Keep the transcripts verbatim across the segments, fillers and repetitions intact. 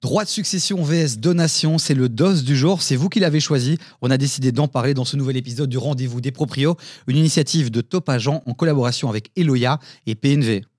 Droit de succession vs donation, c'est le D O S du jour. C'est vous qui l'avez choisi. On a décidé d'en parler dans ce nouvel épisode du Rendez-vous des Proprios, une initiative de Top Agent en collaboration avec Eloya et P N V.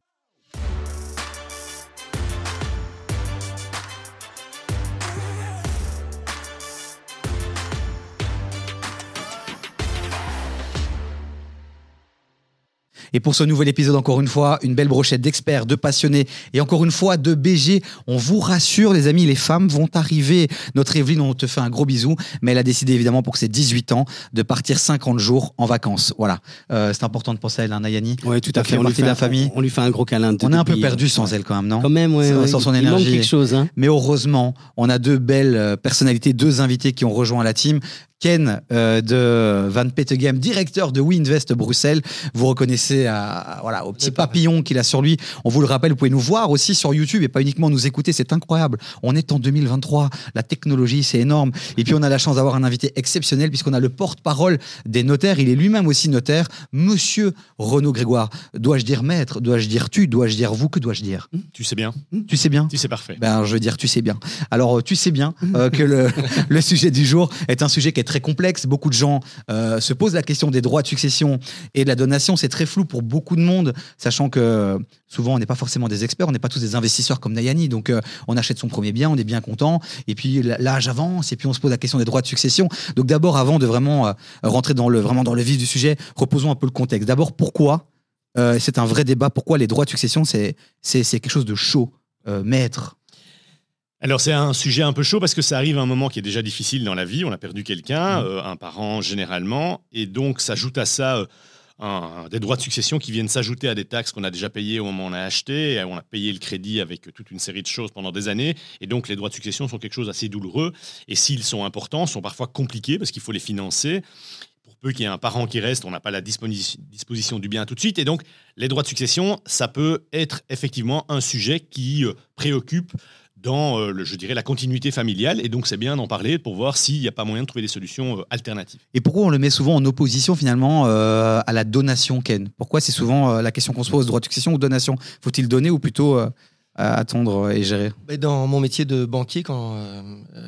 Et pour ce nouvel épisode, encore une fois, une belle brochette d'experts, de passionnés et encore une fois de B G. On vous rassure, les amis, les femmes vont arriver. Notre Evelyne, on te fait un gros bisou, mais elle a décidé évidemment pour ses dix-huit ans de partir cinquante jours en vacances. Voilà, euh, c'est important de penser à elle, hein, Nayani. Oui, tout à fait. On, lui fait de la famille. On, on lui fait un gros câlin. On est un peu perdu sans ouais. elle quand même, non ? Quand même, oui. Sans, sans son énergie. Il manque quelque chose. Hein. Mais heureusement, on a deux belles personnalités, deux invités qui ont rejoint la team. Ken euh, de Van Petegem, directeur de WeInvest Bruxelles. Vous reconnaissez à, voilà, au petit papillon qu'il a sur lui. On vous le rappelle, vous pouvez nous voir aussi sur YouTube et pas uniquement nous écouter. C'est incroyable. On est en deux mille vingt-trois. La technologie, c'est énorme. Et puis, on a la chance d'avoir un invité exceptionnel puisqu'on a le porte-parole des notaires. Il est lui-même aussi notaire. Monsieur Renaud Grégoire. Dois-je dire maître ? Dois-je dire tu ? Dois-je dire vous ? Que dois-je dire ? Tu sais bien. Tu sais bien ? Tu sais parfait. Ben, je veux dire, tu sais bien. Alors, tu sais bien euh, que le, le sujet du jour est un sujet qui est très complexe. Beaucoup de gens euh, se posent la question des droits de succession et de la donation. C'est très flou pour beaucoup de monde, sachant que euh, souvent, on n'est pas forcément des experts, on n'est pas tous des investisseurs comme Nayani. Donc, euh, on achète son premier bien, on est bien content. Et puis, l'âge avance et puis on se pose la question des droits de succession. Donc, d'abord, avant de vraiment euh, rentrer dans le, vraiment dans le vif du sujet, reposons un peu le contexte. D'abord, pourquoi euh, c'est un vrai débat. Pourquoi les droits de succession, c'est, c'est, c'est quelque chose de chaud, euh, maître ? Alors, c'est un sujet un peu chaud parce que ça arrive à un moment qui est déjà difficile dans la vie. On a perdu quelqu'un, mmh. euh, un parent généralement. Et donc, s'ajoute à ça euh, un, des droits de succession qui viennent s'ajouter à des taxes qu'on a déjà payées au moment où on a acheté. Et on a payé le crédit avec toute une série de choses pendant des années. Et donc, les droits de succession sont quelque chose d'assez douloureux. Et s'ils sont importants, sont parfois compliqués parce qu'il faut les financer. Pour peu qu'il y ait un parent qui reste, on n'a pas la disposi- disposition du bien tout de suite. Et donc, les droits de succession, ça peut être effectivement un sujet qui euh, préoccupe dans, euh, le, je dirais, la continuité familiale. Et donc, c'est bien d'en parler pour voir s'il n'y a pas moyen de trouver des solutions euh, alternatives. Et pourquoi on le met souvent en opposition, finalement, euh, à la donation, Ken ? Pourquoi c'est souvent euh, la question qu'on se pose, droit de succession ou donation ? Faut-il donner ou plutôt euh, attendre et gérer ? Dans mon métier de banquier, quand euh,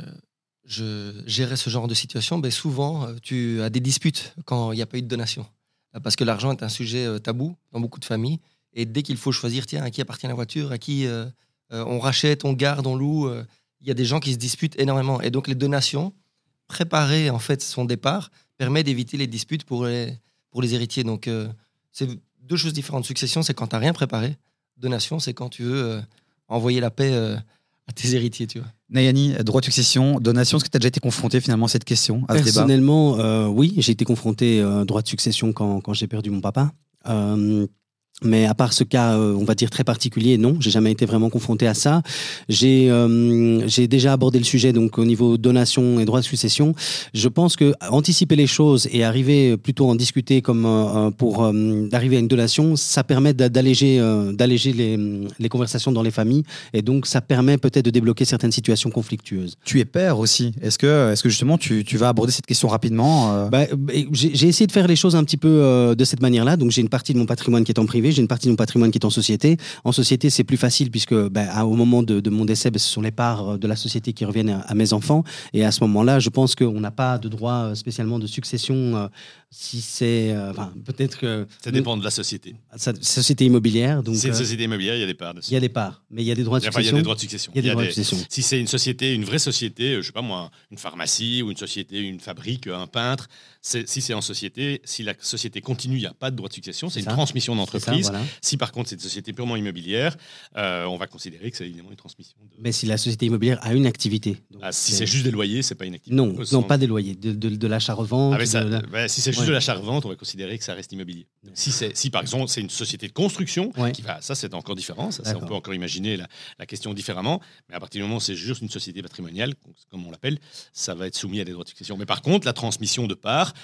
je gérais ce genre de situation, ben souvent, tu as des disputes quand il n'y a pas eu de donation. Parce que l'argent est un sujet euh, tabou dans beaucoup de familles. Et dès qu'il faut choisir, tiens, à qui appartient la voiture, à qui... Euh, Euh, on rachète, on garde, on loue. Il euh, y a des gens qui se disputent énormément. Et donc, les donations, préparer en fait son départ, permet d'éviter les disputes pour les, pour les héritiers. Donc, euh, c'est deux choses différentes. Succession, c'est quand tu n'as rien préparé. Donation, c'est quand tu veux euh, envoyer la paix euh, à tes héritiers. Tu vois. Nayani, droit de succession, donation, est-ce que tu as déjà été confronté finalement à cette question, à ce débat ? Personnellement, euh, oui, j'ai été confronté à euh, droit de succession quand, quand j'ai perdu mon papa. Euh, Mais à part ce cas, euh, on va dire très particulier, non, j'ai jamais été vraiment confronté à ça. J'ai euh, j'ai déjà abordé le sujet donc au niveau donation et droit de succession. Je pense que anticiper les choses et arriver plutôt à en discuter comme euh, pour euh, d'arriver à une donation, ça permet d'alléger euh, d'alléger les les conversations dans les familles et donc ça permet peut-être de débloquer certaines situations conflictueuses. Tu es père aussi. Est-ce que est-ce que justement tu tu vas aborder cette question rapidement euh... bah, j'ai, j'ai essayé de faire les choses un petit peu euh, de cette manière-là. Donc j'ai une partie de mon patrimoine qui est en privé. J'ai une partie de mon patrimoine qui est en société. En société, c'est plus facile puisque ben, au moment de, de mon décès, ben, ce sont les parts de la société qui reviennent à, à mes enfants. Et à ce moment-là, je pense qu'on n'a pas de droit spécialement de succession. Euh, si c'est, euh, enfin, peut-être que ça dépend de la société. Sa, société immobilière. Donc c'est une euh, société immobilière, il y a des parts dessus. Il y a des parts, mais il y a des droits de enfin, succession. Il y a des droits de succession. Il y a des droits des, de succession. Si c'est une société, une vraie société, je sais pas moi, une pharmacie ou une société, une fabrique, un peintre. C'est, si c'est en société, si la société continue, il n'y a pas de droit de succession, c'est, c'est une ça. transmission d'entreprise. Ça, voilà. Si par contre c'est une société purement immobilière, euh, on va considérer que c'est évidemment une transmission. De... Mais si la société immobilière a une activité. Donc ah, si c'est... c'est juste des loyers, c'est pas une activité. Non, non pas des loyers, de, de, de l'achat-revente. Ah, ça, la... bah, si c'est juste ouais. de l'achat-revente, on va considérer que ça reste immobilier. Si, c'est, si par exemple c'est une société de construction, ouais. qui va, ça c'est encore différent, ça, ça, on peut encore imaginer la, la question différemment, mais à partir du moment où c'est juste une société patrimoniale, comme on l'appelle, ça va être soumis à des droits de succession. Mais par contre, la transmission de parts,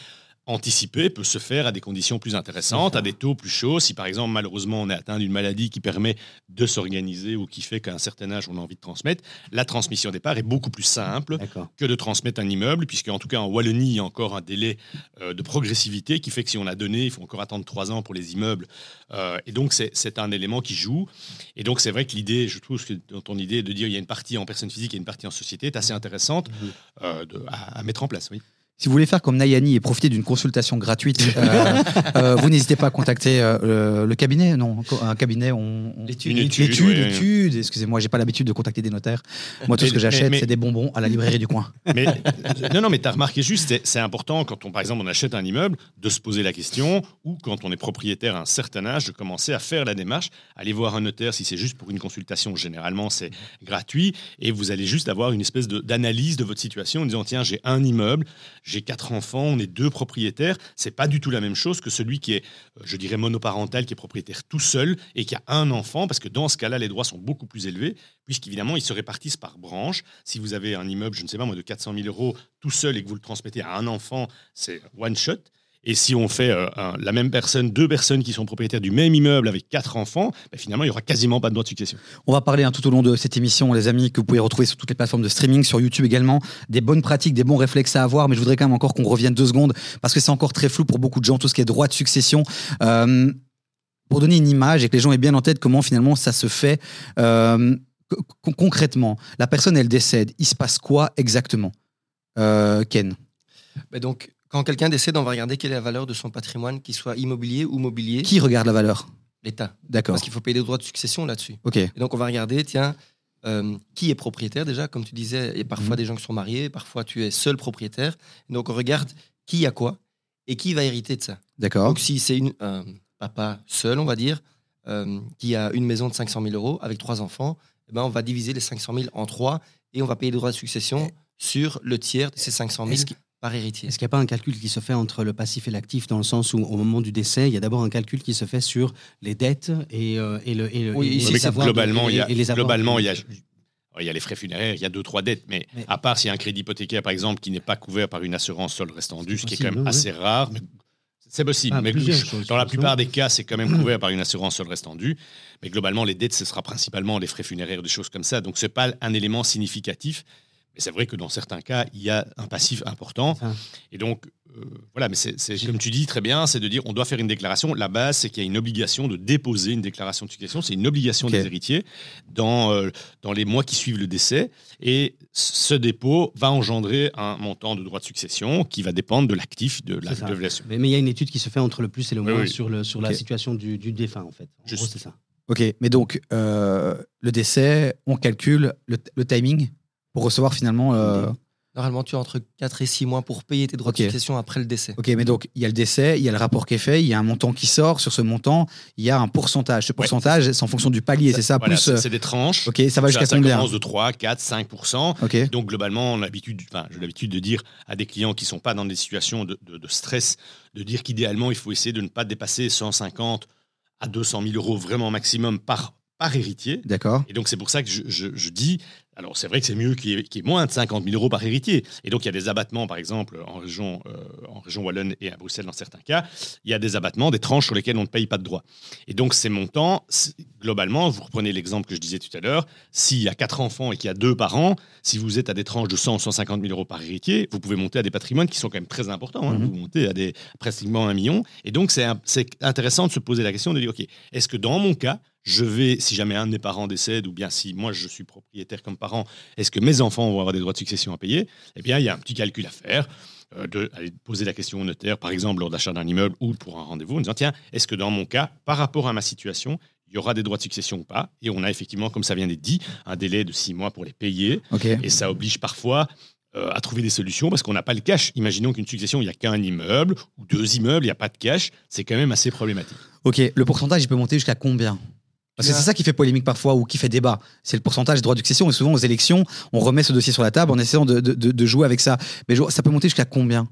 anticipé peut se faire à des conditions plus intéressantes, à des taux plus chauds. Si par exemple, malheureusement, on est atteint d'une maladie qui permet de s'organiser ou qui fait qu'à un certain âge, on a envie de transmettre, la transmission des parts est beaucoup plus simple D'accord. que de transmettre un immeuble, puisque en tout cas en Wallonie, il y a encore un délai euh, de progressivité qui fait que si on a donné, il faut encore attendre trois ans pour les immeubles. Euh, et donc, c'est, c'est un élément qui joue. Et donc, c'est vrai que l'idée, je trouve que dans ton idée de dire il y a une partie en personne physique et une partie en société est assez intéressante mmh. euh, de, à, à mettre en place, oui. Si vous voulez faire comme Nayani et profiter d'une consultation gratuite, euh, euh, vous n'hésitez pas à contacter euh, le cabinet. Non, un cabinet, on, on... l'étude, l'étude, l'étude, oui, l'étude. Excusez-moi, j'ai pas l'habitude de contacter des notaires. Moi, tout mais, ce que j'achète, mais, mais... c'est des bonbons à la librairie du coin. Mais, non, non, mais tu as remarqué juste, c'est, c'est important quand on, par exemple, on achète un immeuble, de se poser la question, ou quand on est propriétaire à un certain âge, de commencer à faire la démarche, aller voir un notaire si c'est juste pour une consultation. Généralement, c'est gratuit, et vous allez juste avoir une espèce de, d'analyse de votre situation en disant tiens, j'ai un immeuble, j'ai quatre enfants. On est deux propriétaires, c'est pas du tout la même chose que celui qui est, je dirais, monoparental, qui est propriétaire tout seul et qui a un enfant, parce que dans ce cas-là, les droits sont beaucoup plus élevés, puisqu'évidemment, ils se répartissent par branche. Si vous avez un immeuble, je ne sais pas moi, de quatre cent mille euros tout seul et que vous le transmettez à un enfant, c'est one shot. Et si on fait euh, un, la même personne, deux personnes qui sont propriétaires du même immeuble avec quatre enfants, ben finalement, il n'y aura quasiment pas de droit de succession. On va parler hein, tout au long de cette émission, les amis, que vous pouvez retrouver sur toutes les plateformes de streaming, sur YouTube également, des bonnes pratiques, des bons réflexes à avoir. Mais je voudrais quand même encore qu'on revienne deux secondes, parce que c'est encore très flou pour beaucoup de gens, tout ce qui est droit de succession. Euh, pour donner une image et que les gens aient bien en tête comment finalement ça se fait euh, c- concrètement. La personne, elle décède. Il se passe quoi exactement, euh, Ken? Ben donc, quand quelqu'un décède, on va regarder quelle est la valeur de son patrimoine, qu'il soit immobilier ou mobilier. Qui regarde la valeur? L'État. D'accord. Parce qu'il faut payer des droits de succession là-dessus. Ok. Et donc, on va regarder, tiens, euh, qui est propriétaire déjà, comme tu disais, il y a parfois mmh. des gens qui sont mariés, parfois tu es seul propriétaire. Et donc, on regarde qui a quoi et qui va hériter de ça. D'accord. Donc, si c'est un euh, papa seul, on va dire, euh, qui a une maison de cinq cent mille euros avec trois enfants, eh ben, on va diviser les cinq cent mille en trois et on va payer des droits de succession et... sur le tiers de ces cinq cent mille. Par héritier. Est-ce qu'il n'y a pas un calcul qui se fait entre le passif et l'actif, dans le sens où, au moment du décès, il y a d'abord un calcul qui se fait sur les dettes et, euh, et, le, et, le, oui, et, et les avoirs globalement, de, et, il y a, et les avoirs globalement, de... il y a, il y a les frais funéraires, il y a deux, trois dettes, mais, mais... à part s'il y a un crédit hypothécaire, par exemple, qui n'est pas couvert par une assurance sol restant dû, ce qui est quand même oui. assez rare, mais c'est possible. Ah, mais je, dans la plupart des cas, c'est quand même couvert par une assurance sol restant dû. Mais globalement, les dettes, ce sera principalement les frais funéraires, des choses comme ça. Donc, ce n'est pas un élément significatif. Mais c'est vrai que dans certains cas, il y a un passif important. Ah. Et donc, euh, voilà, mais c'est, c'est comme tu dis très bien, c'est de dire on doit faire une déclaration. La base, c'est qu'il y a une obligation de déposer une déclaration de succession. C'est une obligation okay. des héritiers dans, euh, dans les mois qui suivent le décès. Et ce dépôt va engendrer un montant de droit de succession qui va dépendre de l'actif de la l'obligation. Mais, mais il y a une étude qui se fait entre le plus et le moins oui, oui. sur, le, sur okay. la situation du, du défunt, en fait. En Juste. gros, c'est ça. Ok, mais donc, euh, le décès, on calcule le, le timing pour recevoir finalement... Euh... Normalement, tu as entre quatre et six mois pour payer tes droits okay. de succession après le décès. Ok, mais donc, il y a le décès, il y a le rapport qui est fait, il y a un montant qui sort. Sur ce montant, il y a un pourcentage. Ce pourcentage, ouais. c'est en fonction du palier, ça, c'est ça voilà, plus, c'est, c'est des tranches. Ok, ça va jusqu'à ça, combien? Ça commence de trois, quatre, cinq pour cent. Okay. Donc, globalement, on a l'habitude, enfin, j'ai l'habitude de dire à des clients qui ne sont pas dans des situations de, de, de stress, de dire qu'idéalement, il faut essayer de ne pas dépasser cent cinquante à deux cent mille euros vraiment maximum par par héritier. D'accord. Et donc, c'est pour ça que je, je, je dis... Alors, c'est vrai que c'est mieux qu'il y ait, qu'il y ait moins de cinquante mille euros par héritier. Et donc, il y a des abattements, par exemple, en région, euh, en région wallonne et à Bruxelles, dans certains cas. Il y a des abattements, des tranches sur lesquelles on ne paye pas de droits. Et donc, ces montants, globalement, vous reprenez l'exemple que je disais tout à l'heure, s'il y a quatre enfants et qu'il y a deux parents, si vous êtes à des tranches de cent ou cent cinquante mille euros par héritier, vous pouvez monter à des patrimoines qui sont quand même très importants. Hein. Mm-hmm. Vous montez à des, pratiquement un million. Et donc, c'est, un, c'est intéressant de se poser la question de dire, OK, est-ce que dans mon cas, je vais, si jamais un de mes parents décède, ou bien si moi je suis propriétaire comme parent, est-ce que mes enfants vont avoir des droits de succession à payer? Eh bien, il y a un petit calcul à faire, euh, de aller poser la question au notaire, par exemple lors d'achat d'un immeuble ou pour un rendez-vous, en disant tiens, est-ce que dans mon cas, par rapport à ma situation, il y aura des droits de succession ou pas? Et on a effectivement, comme ça vient d'être dit, un délai de six mois pour les payer. Okay. Et ça oblige parfois euh, à trouver des solutions parce qu'on n'a pas le cash. Imaginons qu'une succession, il n'y a qu'un immeuble ou deux immeubles, il n'y a pas de cash. C'est quand même assez problématique. Ok, le pourcentage, il peut monter jusqu'à combien? Parce que c'est ça qui fait polémique parfois ou qui fait débat. C'est le pourcentage de droits de succession. Et souvent, aux élections, on remet ce dossier sur la table en essayant de, de, de jouer avec ça. Mais ça peut monter jusqu'à combien?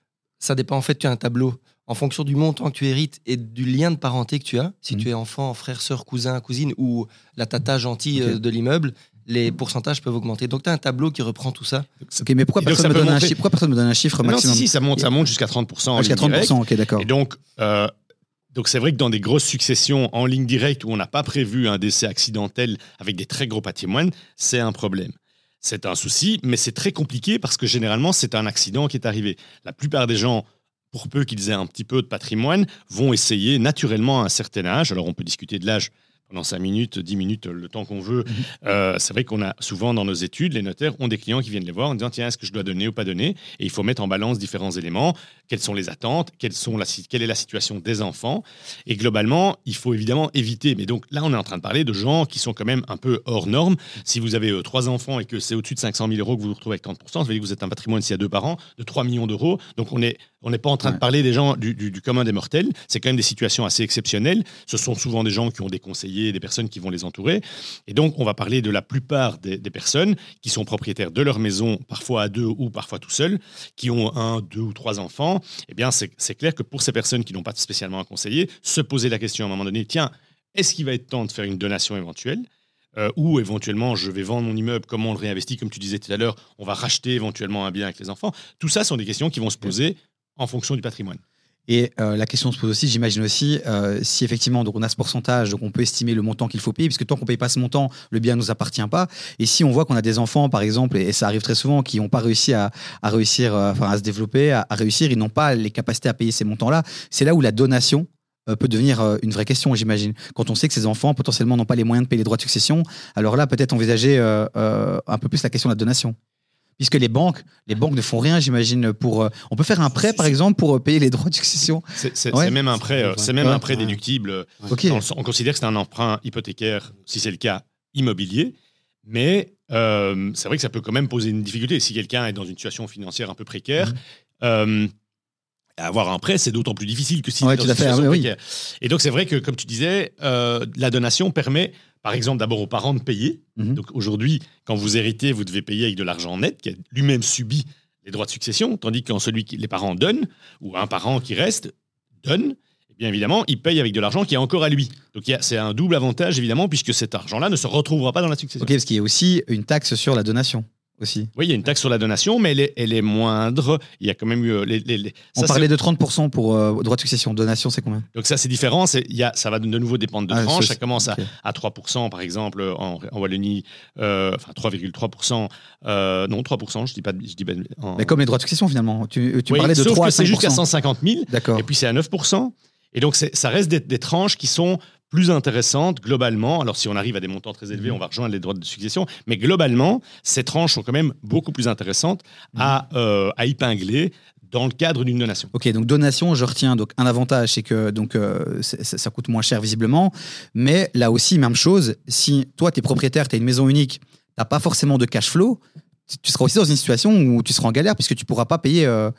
Ça dépend. En fait, tu as un tableau. En fonction du montant que tu hérites et du lien de parenté que tu as, si mmh. tu es enfant, frère, sœur, cousin, cousine ou la tata gentille okay. de l'immeuble, les pourcentages peuvent augmenter. Donc, tu as un tableau qui reprend tout ça. Ok, mais pourquoi Et donc, personne ça me peut donne un monter- chiffre Pourquoi personne me donne un chiffre Non, maximum si, si, ça monte, ça monte jusqu'à trente pour cent en Jusqu'à ligne trente pour cent, directe. ok, d'accord. Et donc, euh, donc c'est vrai que dans des grosses successions en ligne directe où on n'a pas prévu un décès accidentel avec des très gros patrimoines, c'est un problème. C'est un souci, mais c'est très compliqué parce que généralement, c'est un accident qui est arrivé. La plupart des gens, pour peu qu'ils aient un petit peu de patrimoine, vont essayer naturellement à un certain âge. Alors, on peut discuter de l'âge pendant cinq minutes, dix minutes, le temps qu'on veut. Euh, c'est vrai qu'on a souvent dans nos études, les notaires ont des clients qui viennent les voir en disant tiens, est-ce que je dois donner ou pas donner? Et il faut mettre en balance différents éléments. Quelles sont les attentes? Quelles sont la, quelle est la situation des enfants? Et globalement, il faut évidemment éviter. Mais donc là, on est en train de parler de gens qui sont quand même un peu hors normes. Si vous avez euh, trois enfants et que c'est au-dessus de cinq cent mille euros que vous vous retrouvez avec trente pour cent, ça veut dire que vous êtes un patrimoine, s'il y a deux parents, de trois millions d'euros. Donc on est on n'est pas en train Ouais. de parler des gens du, du, du commun des mortels. C'est quand même des situations assez exceptionnelles. Ce sont souvent des gens qui ont des conseillers, des personnes qui vont les entourer. Et donc, on va parler de la plupart des, des personnes qui sont propriétaires de leur maison, parfois à deux ou parfois tout seuls, qui ont un, deux ou trois enfants. Eh bien, c'est, c'est clair que pour ces personnes qui n'ont pas spécialement un conseiller, se poser la question à un moment donné, tiens, est-ce qu'il va être temps de faire une donation éventuelle ? Euh, ou éventuellement, je vais vendre mon immeuble, comment on le réinvestit, comme tu disais tout à l'heure, on va racheter éventuellement un bien avec les enfants. Tout ça sont des questions qui vont se poser en fonction du patrimoine. Et euh, la question se pose aussi, j'imagine aussi, euh, si effectivement donc on a ce pourcentage, donc on peut estimer le montant qu'il faut payer, puisque tant qu'on ne paye pas ce montant, le bien ne nous appartient pas. Et si on voit qu'on a des enfants, par exemple, et ça arrive très souvent, qui n'ont pas réussi à, à réussir, euh, enfin, à se développer, à, à réussir, ils n'ont pas les capacités à payer ces montants-là, c'est là où la donation euh, peut devenir euh, une vraie question, j'imagine. Quand on sait que ces enfants potentiellement n'ont pas les moyens de payer les droits de succession, alors là, peut-être envisager euh, euh, un peu plus la question de la donation. Puisque les banques, les banques ne font rien, j'imagine. Pour, euh, on peut faire un prêt, par exemple, pour euh, payer les droits de succession. C'est, c'est, Ouais. c'est même un prêt, euh, c'est même Ouais. un prêt déductible. Ok. Dans le sens- on considère que c'est un emprunt hypothécaire, si c'est le cas, immobilier. Mais euh, c'est vrai que ça peut quand même poser une difficulté. Si quelqu'un est dans une situation financière un peu précaire, Mhm. euh, avoir un prêt, c'est d'autant plus difficile que s'il Ouais, est dans tout à une fait, situation oui, oui. précaire. Et donc, c'est vrai que, comme tu disais, euh, la donation permet, par exemple, d'abord aux parents de payer. Mhm. Donc, aujourd'hui, quand vous héritez, vous devez payer avec de l'argent net, qui a lui-même subi les droits de succession, tandis que quand celui qui les parents donnent, ou un parent qui reste, donne, eh bien évidemment, il paye avec de l'argent qui est encore à lui. Donc, il y a- c'est un double avantage, évidemment, puisque cet argent-là ne se retrouvera pas dans la succession. Ok, parce qu'il y a aussi une taxe sur la donation. Aussi. Oui, il y a une taxe sur la donation, mais elle est, elle est moindre. Il y a quand même eu... euh, Les, les- les- On ça, parlait c'est- de trente pour cent pour euh, droit de succession. Donation, c'est combien? Donc ça, c'est différent. C'est, il y a, ça va de nouveau dépendre de Ah, tranches. ça, Ça commence à, ok. à trois pour cent, par exemple, en, en Wallonie. Euh, enfin, trois virgule trois pour cent. Euh, non, trois pour cent, je dis pas... de- Je dis pas de- en- Mais comme les droits de succession, finalement. Tu, tu Oui, parlais de sauf trois à que c'est cinq pour jusqu'à cent. cent cinquante mille. D'accord. Et puis c'est à neuf pour cent. Et donc c'est- ça reste des, des tranches qui sont plus intéressantes globalement. Alors si on arrive à des montants très élevés, Mhm. on va rejoindre les droits de succession. Mais globalement, ces tranches sont quand même beaucoup plus intéressantes à, euh, à épingler dans le cadre d'une donation. Ok, donc donation, je retiens donc un avantage, c'est que donc euh, c'est- ça, ça coûte moins cher visiblement, mais là aussi même chose. Si toi tu es propriétaire, tu as une maison unique, t'as pas forcément de cash flow, tu- tu seras aussi dans une situation où tu seras en galère puisque tu pourras pas payer euh,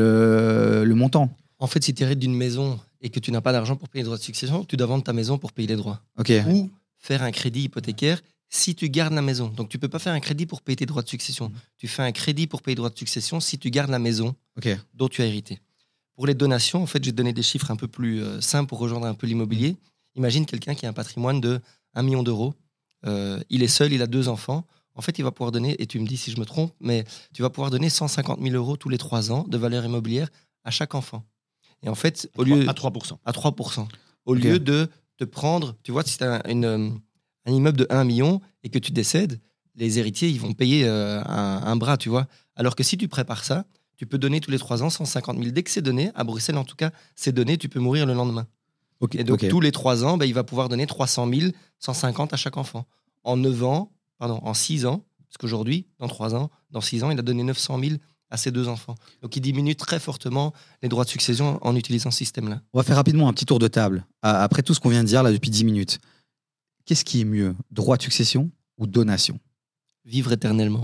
le, le montant. En fait, si tu hérites d'une maison et que tu n'as pas d'argent pour payer les droits de succession, tu dois vendre ta maison pour payer les droits. Ok. Ou faire un crédit hypothécaire si tu gardes la maison. Donc, tu peux pas faire un crédit pour payer tes droits de succession. Tu fais un crédit pour payer les droits de succession si tu gardes la maison Ok. dont tu as hérité. Pour les donations, en fait, j'ai donné des chiffres un peu plus euh, simples pour rejoindre un peu l'immobilier. Imagine quelqu'un qui a un patrimoine de un million d'euros. Euh, il est seul, il a deux enfants. En fait, il va pouvoir donner, et tu me dis si je me trompe, mais tu vas pouvoir donner cent cinquante mille euros tous les trois ans de valeur immobilière à chaque enfant. Et en fait, au lieu À trois pour cent. à trois pour cent. Au Ok. lieu de te prendre, tu vois, si tu as une, euh, un immeuble de un million et que tu décèdes, les héritiers, ils vont payer euh, un, un bras, tu vois. Alors que si tu prépares ça, tu peux donner tous les trois ans cent cinquante mille. Dès que c'est donné, à Bruxelles en tout cas, c'est donné, tu peux mourir le lendemain. Ok. Et donc ok. tous les trois ans, ben, il va pouvoir donner trois cent mille, cent cinquante à chaque enfant. En neuf ans, pardon, en six ans, parce qu'aujourd'hui, dans trois ans, dans six ans, il a donné neuf cent mille à ses deux enfants. Donc il diminue très fortement les droits de succession en utilisant ce système-là. On va faire rapidement un petit tour de table. À- Après tout ce qu'on vient de dire là depuis dix minutes, qu'est-ce qui est mieux, droit de succession ou donation? Vivre éternellement.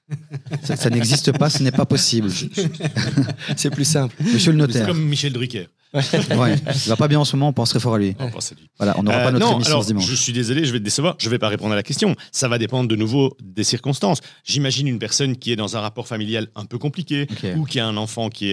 Ça, ça n'existe pas, ce n'est pas possible. C'est plus simple. Monsieur le C'est notaire, comme Michel Drucker. ouais, il va pas bien en ce moment, on pense très fort à lui. On pense à lui. Voilà, on n'aura Euh, pas notre non, émission alors, ce dimanche. je suis désolé, je vais te décevoir. Je ne vais pas répondre à la question. Ça va dépendre de nouveau des circonstances. J'imagine une personne qui est dans un rapport familial un peu compliqué Ok. ou qui a un enfant qui est euh,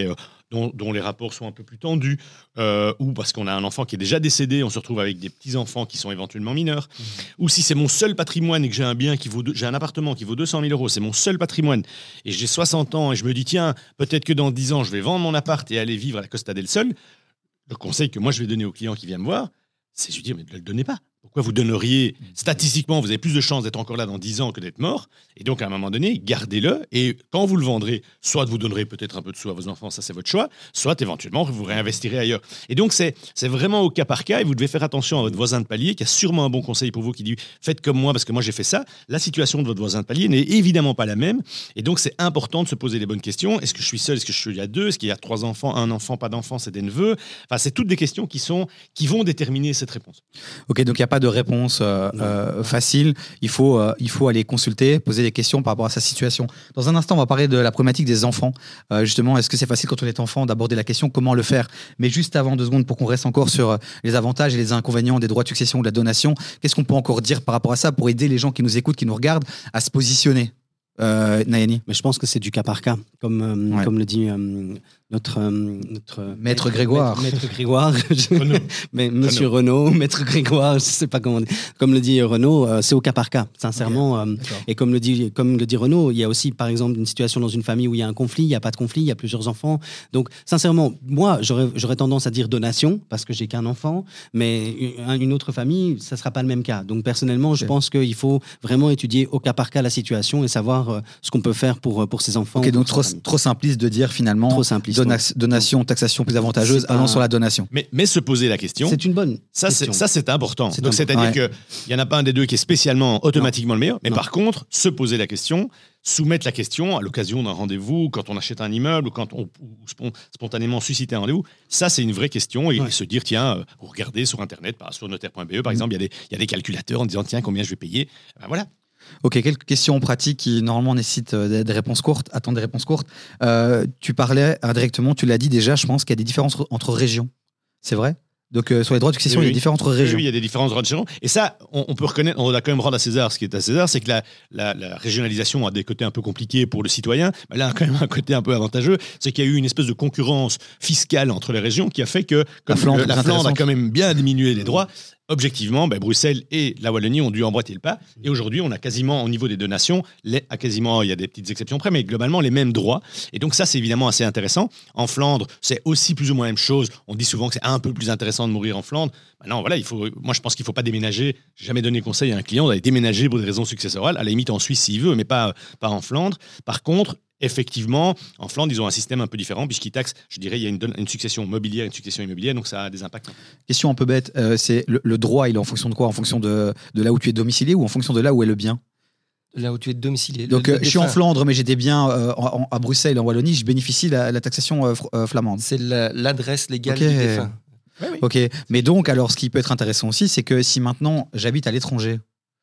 dont, dont les rapports sont un peu plus tendus, euh, ou parce qu'on a un enfant qui est déjà décédé, on se retrouve avec des petits-enfants qui sont éventuellement mineurs, mmh. ou si c'est mon seul patrimoine et que j'ai un bien qui vaut, deux, j'ai un appartement qui vaut deux cent mille euros, c'est mon seul patrimoine, et j'ai soixante ans et je me dis, tiens, peut-être que dans dix ans, je vais vendre mon appart et aller vivre à la Costa del Sol, le conseil que moi je vais donner au client qui vient me voir, c'est de lui dire, mais ne le donnez pas. Pourquoi vous donneriez, statistiquement, vous avez plus de chances d'être encore là dans dix ans que d'être mort. Et donc, à un moment donné, gardez-le. Et quand vous le vendrez, soit vous donnerez peut-être un peu de sous à vos enfants, ça c'est votre choix, soit éventuellement, vous réinvestirez ailleurs. Et donc, c'est, c'est vraiment au cas par cas. Et vous devez faire attention à votre voisin de palier qui a sûrement un bon conseil pour vous qui dit « Faites comme moi parce que moi j'ai fait ça ». La situation de votre voisin de palier n'est évidemment pas la même. Et donc, c'est important de se poser les bonnes questions. Est-ce que je suis seul ? Est-ce que je suis à deux ? Est-ce qu'il y a trois enfants, un enfant, pas d'enfant, c'est des neveux ? Enfin, c'est toutes des questions qui, sont, qui vont déterminer cette réponse. Ok, donc il n'y a pas de réponse euh, euh, facile. Il faut, euh, il faut aller consulter, poser des questions par rapport à sa situation. Dans un instant, on va parler de la problématique des enfants. Euh, justement, est-ce que c'est facile quand on est enfant d'aborder la question ? Comment le faire ? Mais juste avant, deux secondes, pour qu'on reste encore sur les avantages et les inconvénients des droits de succession ou de la donation, qu'est-ce qu'on peut encore dire par rapport à ça pour aider les gens qui nous écoutent, qui nous regardent, à se positionner ? Euh, Nayani ? Mais je pense que c'est du cas par cas, comme, euh, Ouais. comme le dit euh, notre, euh, notre Maître Grégoire. Maître, maître Grégoire, je- Renaud. mais Monsieur Renaud, Maître Grégoire, je sais pas comment. on dit. Comme le dit Renaud, euh, c'est au cas par cas, sincèrement. euh, et comme le dit, comme le dit Renaud, il y a aussi, par exemple, une situation dans une famille où il y a un conflit, il y a pas de conflit, il y a plusieurs enfants. Donc, sincèrement, moi, j'aurais, j'aurais tendance à dire donation parce que j'ai qu'un enfant, mais une, une autre famille, ça sera pas le même cas. Donc, personnellement, je Ok. pense qu'il faut vraiment étudier au cas par cas la situation et savoir euh, ce qu'on peut faire pour pour ses enfants. Ok, ou donc pour trop, sa famille. trop simpliste de dire finalement Trop simpliste. dona- ouais. donation, taxation plus avantageuse, C'est pas- allons sur la donation. Mais, mais se poser la question, C'est une bonne. ça c'est, question. ça, c'est important. C'est Donc, important. c'est-à-dire Ouais. qu'il n'y en a pas un des deux qui est spécialement automatiquement le meilleur. Mais Non. par contre, se poser la question, soumettre la question à l'occasion d'un rendez-vous, quand on achète un immeuble, ou quand on ou spon- spontanément susciter un rendez-vous, ça c'est une vraie question. Et Ouais. se dire, tiens, euh, vous regardez sur Internet, par- sur notaire point b e par Mm. exemple, il y, a des- il y a des calculateurs en disant, tiens, combien je vais payer. Ben voilà. Ok, quelques questions pratiques qui normalement nécessitent euh, des, des réponses courtes. Attends, des réponses courtes. Euh, tu parlais indirectement, tu l'as dit déjà, je pense qu'il y a des différences re- entre régions. C'est vrai ? Donc euh, sur les droits de succession, Oui, il y a oui. des différences entre Oui, régions. oui, il y a des différences de région. Et ça, on, on peut reconnaître, on doit quand même rendre à César ce qui est à César, c'est que la, la, la régionalisation a des côtés un peu compliqués pour le citoyen, mais elle a quand même un côté un peu avantageux, c'est qu'il y a eu une espèce de concurrence fiscale entre les régions qui a fait que comme Flandre, le- la très Flandre a intéressante. quand même bien diminué les droits. Objectivement, ben, Bruxelles et la Wallonie ont dû emboîter le pas. Et aujourd'hui, on a quasiment, au niveau des donations, les, à quasiment, il y a des petites exceptions près, mais globalement, les mêmes droits. Et donc, ça, c'est évidemment assez intéressant. En Flandre, c'est aussi plus ou moins la même chose. On dit souvent que c'est un peu plus intéressant de mourir en Flandre. Maintenant, voilà, il faut, moi, je pense qu'il ne faut pas déménager. J'ai jamais donné conseil à un client d'aller déménager pour des raisons successorales. À la limite, en Suisse, s'il veut, mais pas, pas en Flandre. Par contre, effectivement, en Flandre, ils ont un système un peu différent puisqu'ils taxent, je dirais, il y a une, don- une succession mobilière et une succession immobilière, donc ça a des impacts. Question un peu bête, euh, c'est le, le droit, il est en fonction de quoi ? En fonction de, de là où tu es domicilié ou en fonction de là où est le bien ? Là où tu es domicilié. Donc Le- euh, le je suis en défunt, Flandre, mais j'ai des biens euh, en- en- à Bruxelles, en Wallonie, je bénéficie de la, la taxation euh, fr- euh, flamande. C'est la- l'adresse légale Ok. du défunt. Ok, mais donc, alors, ce qui peut être intéressant aussi, c'est que si maintenant j'habite à l'étranger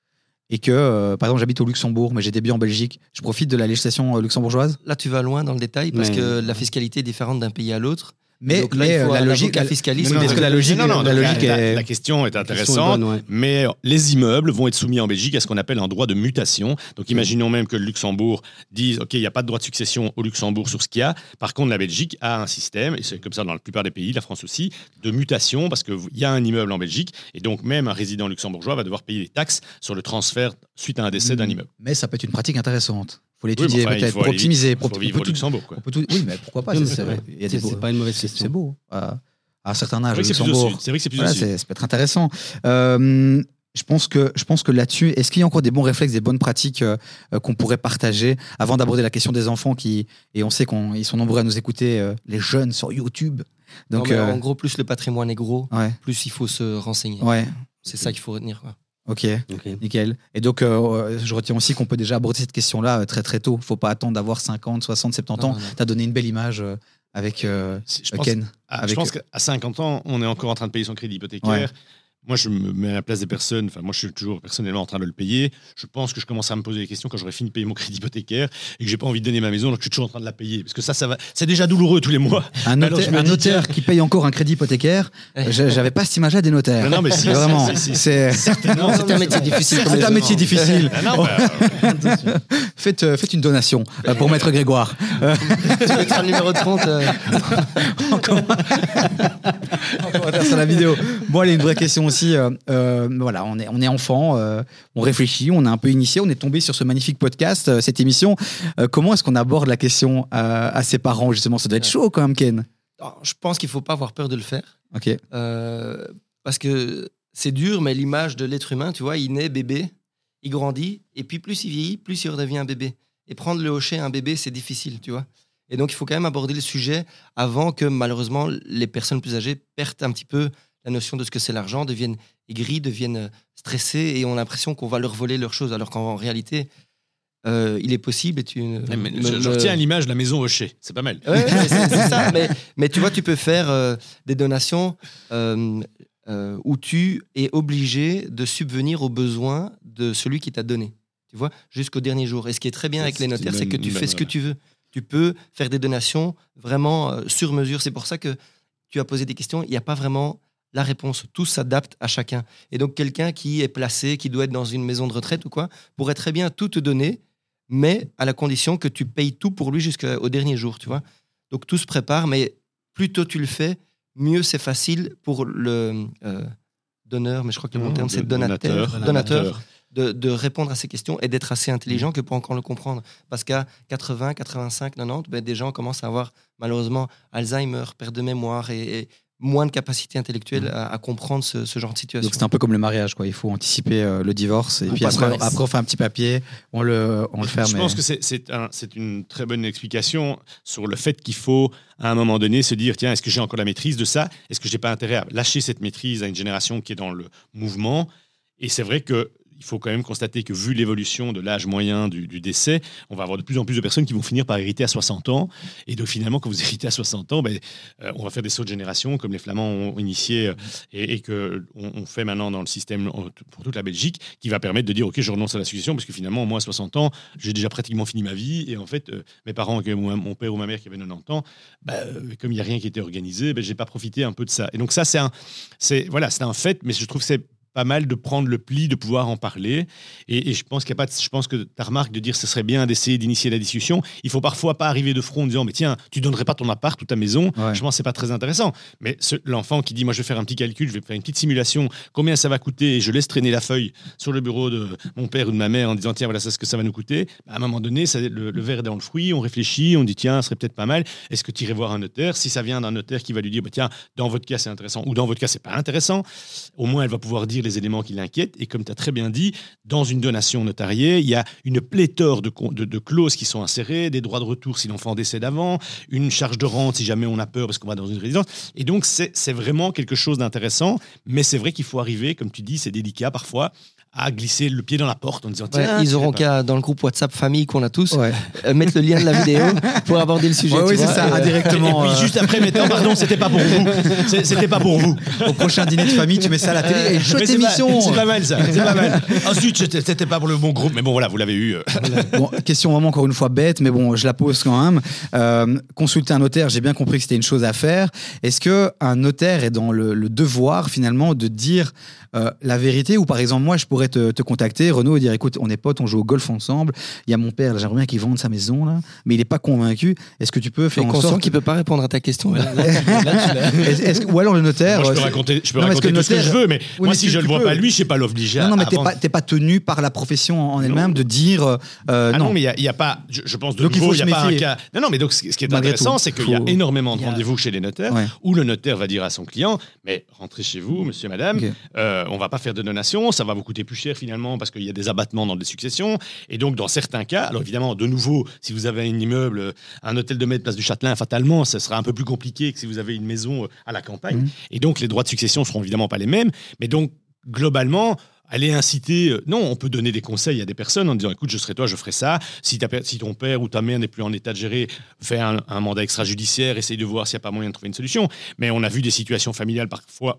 et que, euh, par exemple, j'habite au Luxembourg, mais j'ai des biens en Belgique, je profite de la législation euh, luxembourgeoise. Là, tu vas loin dans le détail parce Mais- que la fiscalité est différente d'un pays à l'autre. Mais, Donc là, mais il faut euh, la un logique, avocat la, fiscaliste. mais Non, est-ce non, que la non, logique, non, non, la donc logique la, est... la question est La question est intéressante. bonne, ouais. Mais les immeubles vont être soumis en Belgique à ce qu'on appelle un droit de mutation. Donc imaginons même que le Luxembourg dise OK, il n'y a pas de droit de succession au Luxembourg sur ce qu'il y a. Par contre, la Belgique a un système, et c'est comme ça dans la plupart des pays, la France aussi, de mutation parce qu'il y a un immeuble en Belgique. Et donc même un résident luxembourgeois va devoir payer des taxes sur le transfert suite à un décès d'un immeuble. Mais ça peut être une pratique intéressante. Faut Oui, l'étudier mais enfin, il peut-être faut pour aller- optimiser. Il Pour, faut on vivre peut au tout- Luxembourg. Quoi. on peut tout- oui, mais pourquoi pas Non, mais c'est- c'est vrai. Il y a des C'est- beaux- c'est pas une mauvaise c'est- question. C'est beau. À, à un certain C'est âge, vrai le que c'est plus au Luxembourg. sud. C'est vrai que c'est plus au Voilà, sud. c'est- ça peut être intéressant. Euh, je pense que, je pense que là-dessus, est-ce qu'il y a encore des bons réflexes, des bonnes pratiques euh, euh, qu'on pourrait partager avant d'aborder la question des enfants qui, et on sait qu'ils sont nombreux à nous écouter, euh, les jeunes sur YouTube. Donc, Non, mais euh, en gros, plus le patrimoine est gros, ouais, plus il faut se renseigner. ouais, C'est ça qu'il faut retenir. Quoi. ok, Ok. nickel. Et donc, euh, je retiens aussi qu'on peut déjà aborder cette question-là euh, très très tôt. Faut pas attendre d'avoir cinquante, soixante, soixante-dix ans. Non, non, non. Tu as donné une belle image euh, avec euh, Je pense, Ken. ah, je avec- pense qu'à cinquante ans, on est encore en train de payer son crédit hypothécaire. Ouais. moi, je me mets à la place des personnes. Enfin, moi, je suis toujours personnellement en train de le payer. Je pense que je commence à me poser des questions quand j'aurai fini de payer mon crédit hypothécaire et que j'ai pas envie de donner ma maison, donc je suis toujours en train de la payer. Parce que ça, ça va. C'est déjà douloureux tous les mois. Un Alors, notaire, je me un dis, notaire tiens, qui paye encore un crédit hypothécaire, j'a- j'avais pas cette image-là des notaires. Non, non, mais si, Vraiment, si, si, si. c'est certainement. C'est un métier difficile. comme c'est les un autres. métier difficile. Ah non, bah, Faites, euh, faites une donation euh, pour Maître Grégoire. Tu mettras le numéro de compte. euh, En commentaire sur la vidéo. Bon, allez, une vraie question aussi. euh, euh, voilà, on est, on est enfant, euh, on réfléchit, on est un peu initié, on est tombé sur ce magnifique podcast, euh, cette émission. Euh, comment est-ce qu'on aborde la question euh, à ses parents, justement? Ça doit être chaud quand même, Ken. Alors, je pense qu'il ne faut pas avoir peur de le faire. Ok. Euh, parce que c'est dur, mais l'image de l'être humain, tu vois, il naît bébé, il grandit, et puis plus il vieillit, plus il redevient un bébé. Et prendre le hocher à un bébé, c'est difficile, tu vois. Et donc, il faut quand même aborder le sujet avant que, malheureusement, les personnes plus âgées perdent un petit peu la notion de ce que c'est l'argent, deviennent aigris, deviennent stressés et ont l'impression qu'on va leur voler leurs choses, alors qu'en réalité, euh, il est possible. Et tu, mais, mais, me- je, je me- retiens à l'image de la maison Hocher. C'est pas mal. Ouais, ouais, mais c'est, c'est ça. Mais, mais tu vois, tu peux faire euh, des donations euh, euh, où tu es obligé de subvenir aux besoins de celui qui t'a donné. Tu vois, jusqu'au dernier jour. Et ce qui est très bien avec C'est les notaires, une c'est que tu bonne- fais ce que bonne- tu veux. Tu peux faire des donations vraiment euh, sur mesure. C'est pour ça que tu as posé des questions. Il n'y a pas vraiment la réponse. Tout s'adapte à chacun. Et donc, quelqu'un qui est placé, qui doit être dans une maison de retraite ou quoi, pourrait très bien tout te donner, mais à la condition que tu payes tout pour lui jusqu'au dernier jour, tu vois. Donc, tout se prépare, mais plus tôt tu le fais, mieux c'est facile pour le euh, donneur, mais je crois que le bon Non, terme, c'est de- donateur, donateur. donateur, de, de répondre à ces questions et d'être assez intelligent que pour encore le comprendre. Parce qu'à quatre-vingts, quatre-vingt-cinq, quatre-vingt-dix, ben, des gens commencent à avoir malheureusement Alzheimer, perte de mémoire et, et moins de capacité intellectuelle à, à comprendre ce, ce genre de situation. Donc c'est un peu comme le mariage, quoi. Il faut anticiper euh, le divorce et On puis passe après, par- après on fait un petit papier, on le, on le ferme. Je et- pense que c'est, c'est, un- c'est une très bonne explication sur le fait qu'il faut, à un moment donné, se dire, tiens, est-ce que j'ai encore la maîtrise de ça? Est-ce que j'ai pas intérêt à lâcher cette maîtrise à une génération qui est dans le mouvement? Et c'est vrai que il faut quand même constater que, vu l'évolution de l'âge moyen du, du décès, on va avoir de plus en plus de personnes qui vont finir par hériter à soixante ans. Et donc, finalement, quand vous héritez à soixante ans, ben, euh, on va faire des sauts de génération, comme les Flamands ont initié euh, et, et qu'on on fait maintenant dans le système en- pour toute la Belgique, qui va permettre de dire, OK, je renonce à la succession, parce que finalement, moi, à soixante ans, j'ai déjà pratiquement fini ma vie. Et en fait, euh, mes parents, que mon, mon père ou ma mère qui avait quatre-vingt-dix ans, ben, euh, comme il n'y a rien qui était organisé, ben, je n'ai pas profité un peu de ça. Et donc, ça, c'est un, c'est, voilà, c'est un fait, mais je trouve que c'est pas mal de prendre le pli, de pouvoir en parler. Et, et je pense qu'il y a pas de- je pense que ta remarque de dire ce serait bien d'essayer d'initier la discussion. Il faut parfois pas arriver de front en disant mais tiens, tu donnerais pas ton appart ou ta maison. Ouais. Je pense que c'est pas très intéressant. Mais ce- l'enfant qui dit moi je vais faire un petit calcul, je vais faire une petite simulation, combien ça va coûter, et je laisse traîner la feuille sur le bureau de mon père ou de ma mère en disant tiens voilà c'est ce que ça va nous coûter. Bah, à un moment donné, ça, le, le verre est dans le fruit, on réfléchit, on dit tiens, ce serait peut-être pas mal. Est-ce que tu irais voir un notaire? Si ça vient d'un notaire qui va lui dire bah, tiens, dans votre cas c'est intéressant ou dans votre cas c'est pas intéressant, au moins elle va pouvoir dire les éléments qui l'inquiètent. Et comme tu as très bien dit, dans une donation notariée, il y a une pléthore de, con- de, de clauses qui sont insérées, des droits de retour si l'enfant décède avant, une charge de rente si jamais on a peur parce qu'on va dans une résidence. Et donc, c'est c'est vraiment quelque chose d'intéressant. Mais c'est vrai qu'il faut arriver, comme tu dis, c'est délicat parfois, à glisser le pied dans la porte en disant Ouais, tiens, ils auront c'est pas- qu'à, dans le groupe WhatsApp famille qu'on a tous, Ouais. euh, mettre le lien de la vidéo pour aborder le sujet. Ouais, tu oui, c'est vois. ça, Et, euh, indirectement. Et puis euh, juste après, mettons, pardon, c'était pas pour vous. C'est- C'était pas pour vous. au prochain dîner de famille, tu mets ça à la télé. Et chouette Mais c'est pas- émission. C'est pas mal ça. C'est pas mal. Ensuite, c'était c'était pas pour le bon groupe. Mais bon, voilà, vous l'avez eu. euh. Bon, question vraiment encore une fois bête, mais bon, je la pose quand même. Euh, consulter un notaire, j'ai bien compris que c'était une chose à faire. Est-ce que un notaire est dans le, le devoir finalement de dire euh, la vérité, ou par exemple moi je pourrais te, te contacter, Renaud, et dire écoute, on est potes, on joue au golf ensemble. Il y a mon père, là, j'aimerais bien qu'il vende sa maison là, mais il n'est pas convaincu. Est-ce que tu peux Tu faire es en conscient sorte qu'il peut pas répondre à ta question. là. Est-ce- est-ce que- ou alors le notaire. Moi, je euh, peux c'est- raconter, je peux Non, parce raconter que tout ce que notaire- je veux, mais Oui, moi, mais si tu- je le tu vois peux. pas lui, je sais pas l'obliger à. Non, non, mais t'es avant- pas, t'es pas tenu par la profession en Non. elle-même de dire euh, Ah non, non. mais il n'y a, pas. Je, je pense de Donc, il nouveau, faut il se n'y a pas un méfier. cas. Non, non, mais donc ce ce qui est Malgré intéressant, tout, c'est qu'il faut- y a énormément de il y a- rendez-vous chez les notaires Ouais. où le notaire va dire à son client mais rentrez chez vous, monsieur, madame, Ok. euh, on va pas faire de donation, ça va vous coûter plus cher finalement parce qu'il y a des abattements dans des successions. Et donc, dans certains cas, alors évidemment, de nouveau, si vous avez un immeuble, euh, un hôtel de maître place du Châtelain, fatalement, ça sera un peu plus compliqué que si vous avez une maison euh, à la campagne. Mhm. Et donc, les droits de succession seront évidemment pas les mêmes. Mais donc, globalement, aller inciter, euh, non, on peut donner des conseils à des personnes en disant écoute, je serai toi, je ferai ça. Si, ta per- si ton père ou ta mère n'est plus en état de gérer, fais un, un mandat extrajudiciaire, essaye de voir s'il n'y a pas moyen de trouver une solution. Mais on a vu des situations familiales parfois où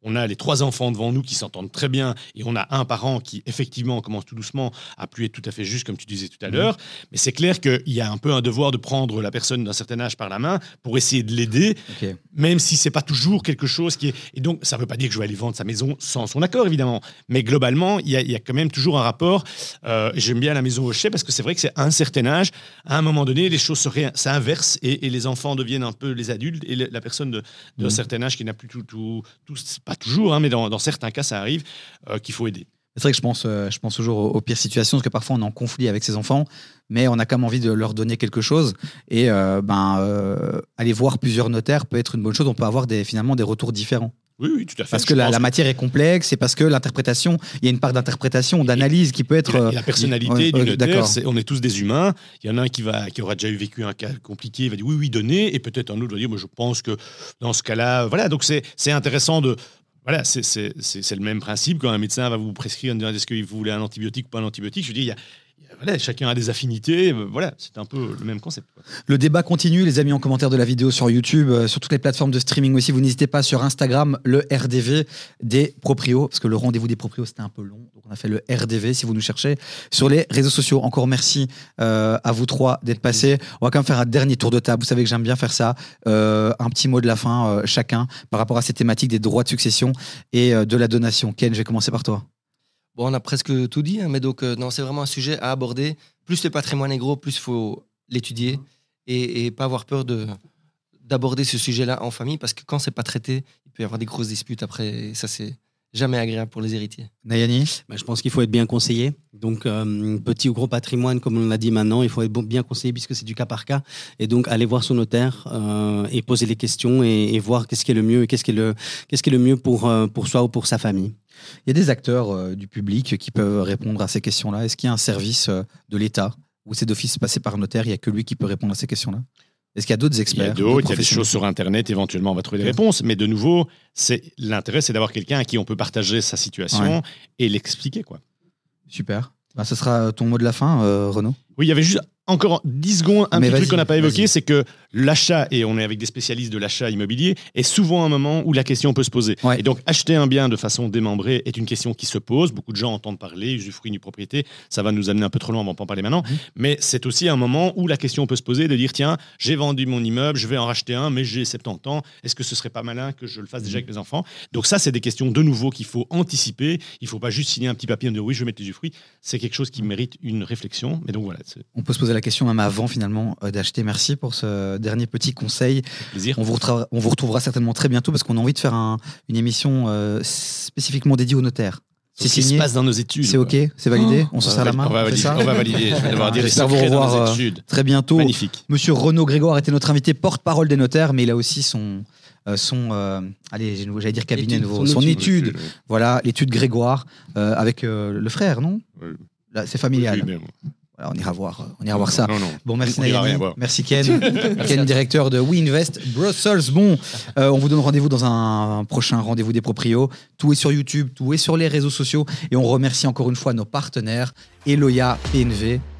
on a les trois enfants devant nous qui s'entendent très bien et on a un parent qui, effectivement, commence tout doucement à plus être tout à fait juste, comme tu disais tout à Mmh. l'heure. Mais c'est clair qu'il y a un peu un devoir de prendre la personne d'un certain âge par la main pour essayer de l'aider, Ok. même si c'est pas toujours quelque chose qui est... Et donc, ça veut pas dire que je vais aller vendre sa maison sans son accord, évidemment. Mais globalement, il y a, il y a quand même toujours un rapport. Euh, j'aime bien la maison Hochet parce que c'est vrai que c'est à un certain âge, à un moment donné, les choses se ré... s'inversent et, et les enfants deviennent un peu les adultes et le- la personne de, d'un Mhm. certain âge qui n'a plus tout... tout, tout pas toujours, hein, mais dans, dans certains cas, ça arrive, euh, qu'il faut aider. C'est vrai que je pense, euh, je pense toujours aux, aux pires situations, parce que parfois on est en conflit avec ses enfants, mais on a quand même envie de leur donner quelque chose. Et euh, ben, euh, aller voir plusieurs notaires peut être une bonne chose. On peut avoir des, finalement des retours différents. Oui, oui, tout à fait. Parce Je que la, pense la matière est complexe et parce que l'interprétation, il y a une part d'interprétation, d'analyse qui peut être. Et la, euh, et la personnalité ouais, du ouais, notaire, d'accord. c'est, on est tous des humains. Il y en a un qui, va, qui aura déjà eu vécu un cas compliqué, il va dire oui, oui, donnez. Et peut-être un autre va dire, moi, je pense que dans ce cas-là, voilà. Donc c'est, c'est intéressant de. Voilà, c'est, c'est, c'est, c'est le même principe quand un médecin va vous prescrire en disant est-ce que vous voulez un antibiotique ou pas un antibiotique. Je veux dire, il y a, il y a- voilà, chacun a des affinités. euh, Voilà, c'est un peu le même concept, quoi. Le débat continue, les amis, en commentaire de la vidéo sur YouTube, euh, sur toutes les plateformes de streaming aussi. Vous n'hésitez pas sur Instagram, le R D V des proprios, parce que le rendez-vous des proprios, c'était un peu long. Donc, on a fait le R D V si vous nous cherchez sur les réseaux sociaux. Encore merci euh, à vous trois d'être passés. On va quand même faire un dernier tour de table. Vous savez que j'aime bien faire ça. Euh, un petit mot de la fin, euh, chacun, par rapport à ces thématiques des droits de succession et euh, de la donation. Ken, je vais commencer par toi. Bon, on a presque tout dit, hein, mais donc, euh, non, c'est vraiment un sujet à aborder. Plus le patrimoine est gros, plus il faut l'étudier et, et pas avoir peur de, d'aborder ce sujet-là en famille, parce que quand c'est pas traité, il peut y avoir des grosses disputes après, et ça, c'est jamais agréable pour les héritiers. Nayani? Ben, je pense qu'il faut être bien conseillé. Donc, euh, petit ou gros patrimoine, comme on l'a dit maintenant, il faut être bon- bien conseillé puisque c'est du cas par cas. Et donc, aller voir son notaire euh, et poser les questions et, et voir qu'est-ce qui est le mieux et qu'est-ce qui est le, qu'est-ce qui est le mieux pour, euh, pour soi ou pour sa famille. Il y a des acteurs euh, du public qui peuvent répondre à ces questions-là. Est-ce qu'il y a un service euh, de l'État où c'est d'office passé par un notaire, il n'y a que lui qui peut répondre à ces questions-là? Est-ce qu'il y a d'autres Il y experts? a d'autres, il y a des professionnels choses sur Internet, éventuellement, on va trouver des Ok. réponses. Mais de nouveau, c'est, l'intérêt, c'est d'avoir quelqu'un à qui on peut partager sa situation Ouais. et l'expliquer, quoi. Super. Bah, ce sera ton mot de la fin, euh, Renaud. Oui, il y avait juste encore dix secondes, un Mais petit vas-y, truc qu'on n'a pas évoqué, vas-y. c'est que l'achat, et on est avec des spécialistes de l'achat immobilier, est souvent un moment où la question peut se poser. Ouais. Et donc, acheter un bien de façon démembrée est une question qui se pose. Beaucoup de gens entendent parler, usufruit du propriété. Ça va nous amener un peu trop loin, on va pas en parler maintenant. Mhm. Mais c'est aussi un moment où la question peut se poser de dire, tiens, j'ai vendu mon immeuble, je vais en racheter un, mais j'ai soixante-dix ans. Est-ce que ce serait pas malin que je le fasse déjà avec mes enfants? Donc ça, c'est des questions de nouveau qu'il faut anticiper. Il faut pas juste signer un petit papier et dire, oui, je vais mettre les usufruits. C'est quelque chose qui mérite une réflexion. Mais donc voilà, c'est On peut se poser la question même avant finalement euh, d'acheter. Merci pour ce dernier petit conseil. un plaisir. On vous, retra- on vous retrouvera certainement très bientôt parce qu'on a envie de faire un- une émission euh, spécifiquement dédiée aux notaires. C'est C'est ce qui se signé, passe dans nos études. c'est quoi. OK, c'est validé, on se On va serre la vali- main, On va on fait valider. ça On va valider. Je vais devoir dire les J'espère vous secrets dans revoir, nos euh, études. très bientôt. Magnifique. Monsieur Renaud Grégoire était notre invité porte-parole des notaires, mais il a aussi son, euh, son euh, allez, j'ai- j'allais dire cabinet Étude, nouveau, son son étude. étude, voilà, l'étude Grégoire, euh, avec euh, le frère, non? Oui. Là, c'est familial. Oui, mais bon. Voilà, on ira voir, euh, on ira voir ça. Non, non. Bon, merci On ira Nayani, rien voir. merci Ken, Ken, directeur de WeInvest Brussels. Bon, euh, on vous donne rendez-vous dans un, un prochain rendez-vous des proprios. Tout est sur YouTube, tout est sur les réseaux sociaux, et on remercie encore une fois nos partenaires, Eloya, P N V,